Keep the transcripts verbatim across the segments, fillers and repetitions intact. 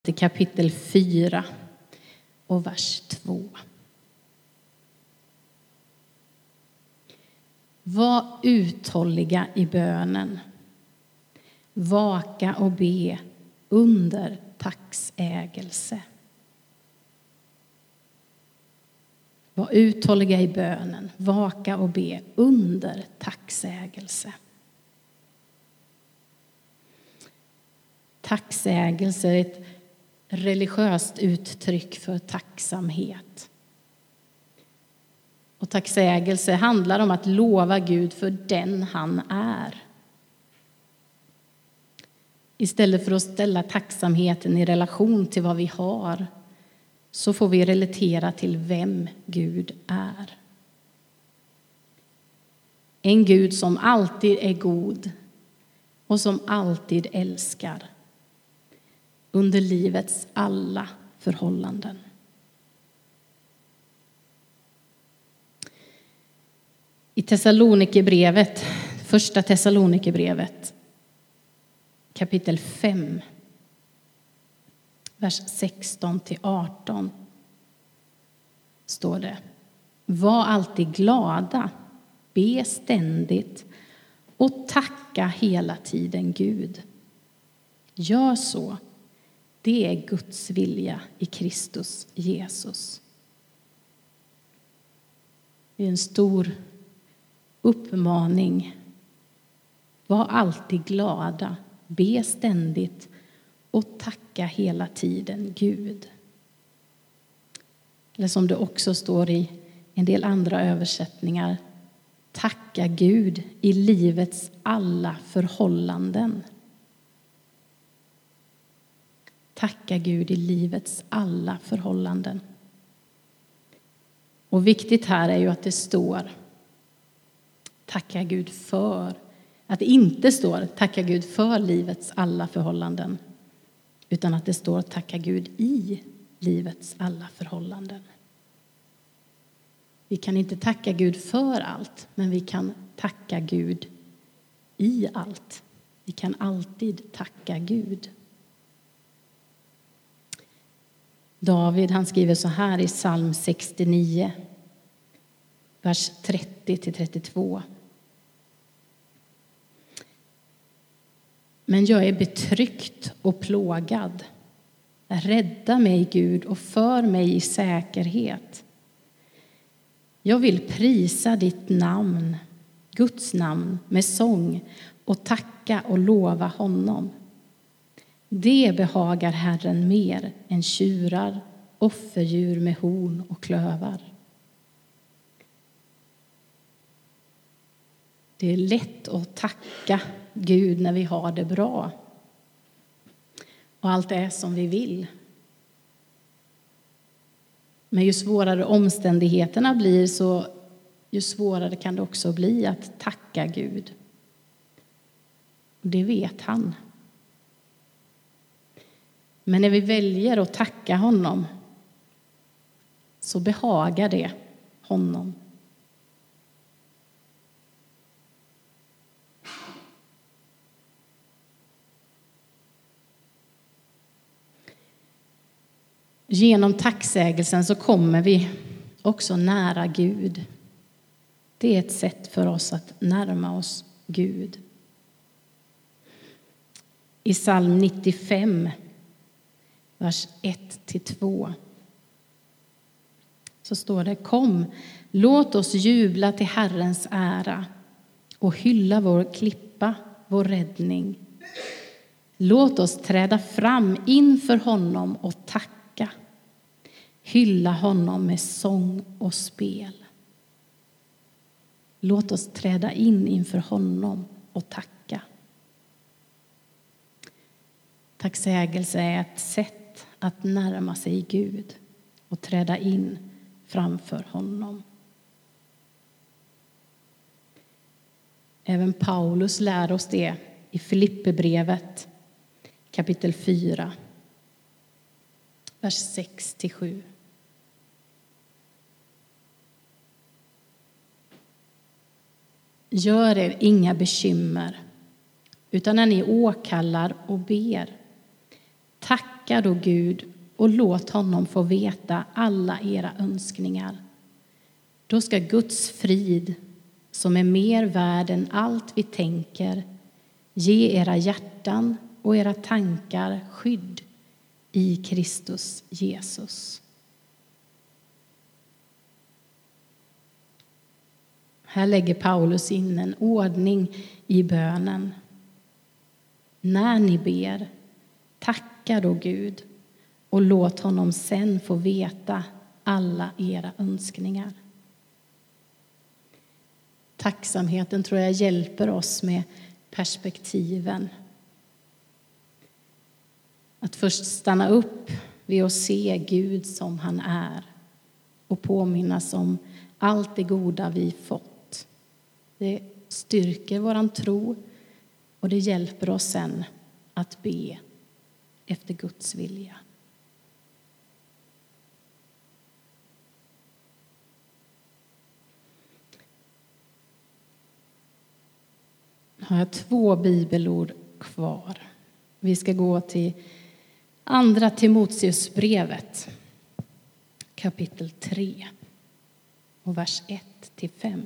till kapitel fyra och vers två. Var uthålliga i bönen. Vaka och be under tacksägelse. Var uthålliga i bönen. Vaka och be under tacksägelse. Tacksägelse är ett religiöst uttryck för tacksamhet. Och tacksägelse handlar om att lova Gud för den han är. Istället för att ställa tacksamheten i relation till vad vi har, så får vi relatera till vem Gud är. En Gud som alltid är god och som alltid älskar under livets alla förhållanden. I Thessalonikerbrevet, första Thessalonikerbrevet, kapitel fem, vers sexton till arton, står det: var alltid glada, be ständigt och tacka hela tiden Gud. Gör så, det är Guds vilja i Kristus Jesus. Det är en stor uppmaning. Var alltid glada, be ständigt och tacka hela tiden Gud. Eller som det också står i en del andra översättningar, tacka Gud i livets alla förhållanden. Tacka Gud i livets alla förhållanden. Och viktigt här är ju att det står tacka Gud för. Att det inte står tacka Gud för livets alla förhållanden, utan att det står tacka Gud i livets alla förhållanden. Vi kan inte tacka Gud för allt, men vi kan tacka Gud i allt. Vi kan alltid tacka Gud. David, han skriver så här i psalm sextionio, vers trettio till trettiotvå. Men jag är betryckt och plågad. Rädda mig, Gud, och för mig i säkerhet. Jag vill prisa ditt namn, Guds namn, med sång och tacka och lova honom. Det behagar Herren mer än tjurar, offerdjur med horn och klövar. Det är lätt att tacka Gud när vi har det bra och allt är som vi vill. Men ju svårare omständigheterna blir, så ju svårare kan det också bli att tacka Gud. Och det vet han. Men när vi väljer att tacka honom, så behagar det honom. Genom tacksägelsen så kommer vi också nära Gud. Det är ett sätt för oss att närma oss Gud. I psalm nittiofem, vers ett till två, så står det: kom, låt oss jubla till Herrens ära och hylla vår klippa, vår räddning. Låt oss träda fram inför honom och tacka. Hylla honom med sång och spel. Låt oss träda in inför honom och tacka. Tacksägelse är ett sätt att närma sig Gud och träda in framför honom. Även Paulus lär oss det i Filipperbrevet kapitel fyra, vers sex till sju. Gör er inga bekymmer, utan när ni åkallar och ber, tacka Tacka då Gud och låt honom få veta alla era önskningar. Då ska Guds frid, som är mer värd än allt vi tänker, ge era hjärtan och era tankar skydd i Kristus Jesus. Här lägger Paulus in en ordning i bönen. När ni ber, tacka då Gud och låt honom sen få veta alla era önskningar. Tacksamheten tror jag hjälper oss med perspektiven. Att först stanna upp vid att se Gud som han är och påminnas om allt det goda vi fått. Det styrker våran tro och det hjälper oss sen att be efter Guds vilja. Har jag två bibelord kvar. Vi ska gå till andra Timoteusbrevet, kapitel tre och vers ett till fem.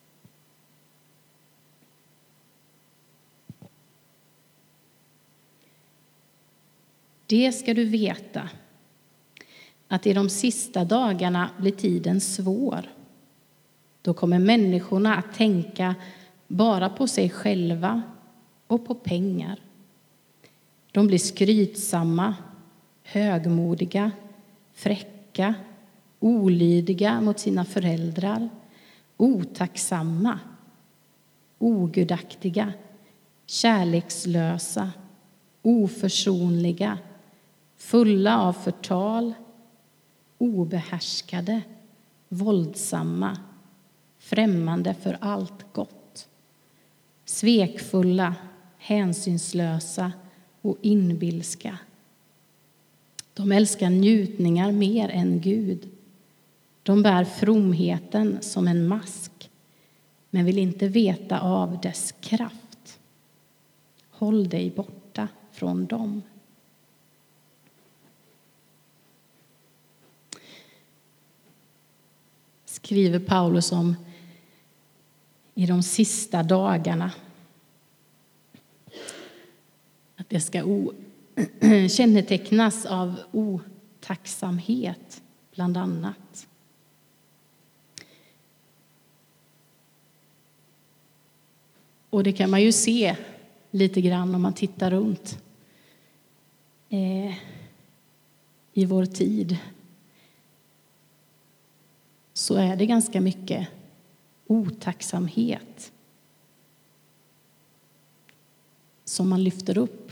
Det ska du veta, att i de sista dagarna blir tiden svår. Då kommer människorna att tänka bara på sig själva och på pengar. De blir skrytsamma, högmodiga, fräcka, olydiga mot sina föräldrar, otacksamma, ogudaktiga, kärlekslösa, oförsonliga, fulla av förtal, obehärskade, våldsamma, främmande för allt gott, svekfulla, hänsynslösa och inbilska. De älskar njutningar mer än Gud. De bär fromheten som en mask, men vill inte veta av dess kraft. Håll dig borta från dem. Skriver Paulus om i de sista dagarna. Att det ska o- kännetecknas av otacksamhet bland annat. Och det kan man ju se lite grann om man tittar runt eh, i vår tid. Så är det ganska mycket otacksamhet som man lyfter upp.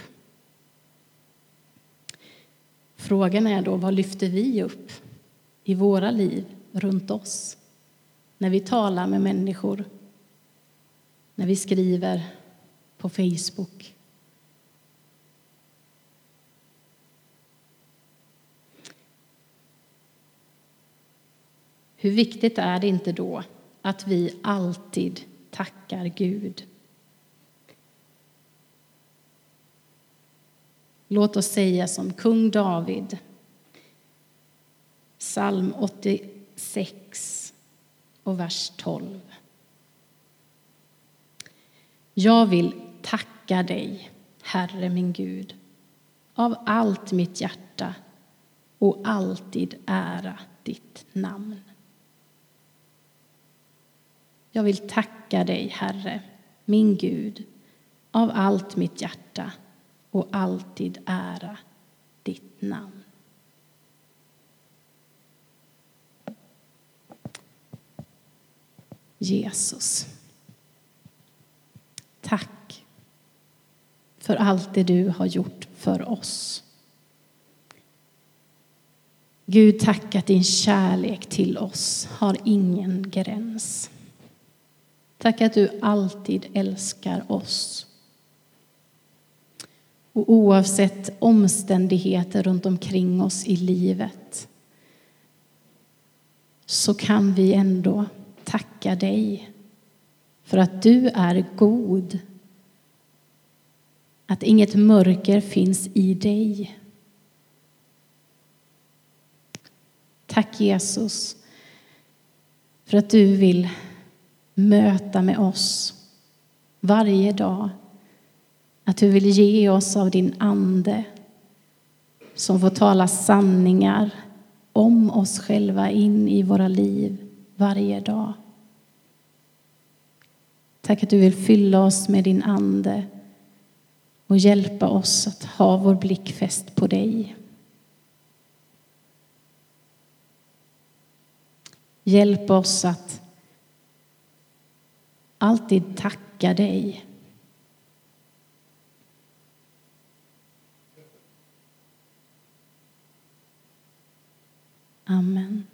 Frågan är då, vad lyfter vi upp i våra liv runt oss? När vi talar med människor, när vi skriver på Facebook. Hur viktigt är det inte då att vi alltid tackar Gud? Låt oss säga som kung David, psalm åttiosex och vers tolv. Jag vill tacka dig, Herre min Gud, av allt mitt hjärta och alltid ära ditt namn. Jag vill tacka dig, Herre, min Gud, av allt mitt hjärta och alltid ära ditt namn. Jesus, tack för allt det du har gjort för oss. Gud, tack att din kärlek till oss har ingen gräns. Tack att du alltid älskar oss. Och oavsett omständigheter runt omkring oss i livet så kan vi ändå tacka dig för att du är god. Att inget mörker finns i dig. Tack Jesus för att du vill möta med oss varje dag. Att du vill ge oss av din ande som får tala sanningar om oss själva in i våra liv varje dag. Tack att du vill fylla oss med din ande och hjälpa oss att ha vår blick fäst på dig. Hjälp oss att alltid tacka dig. Amen.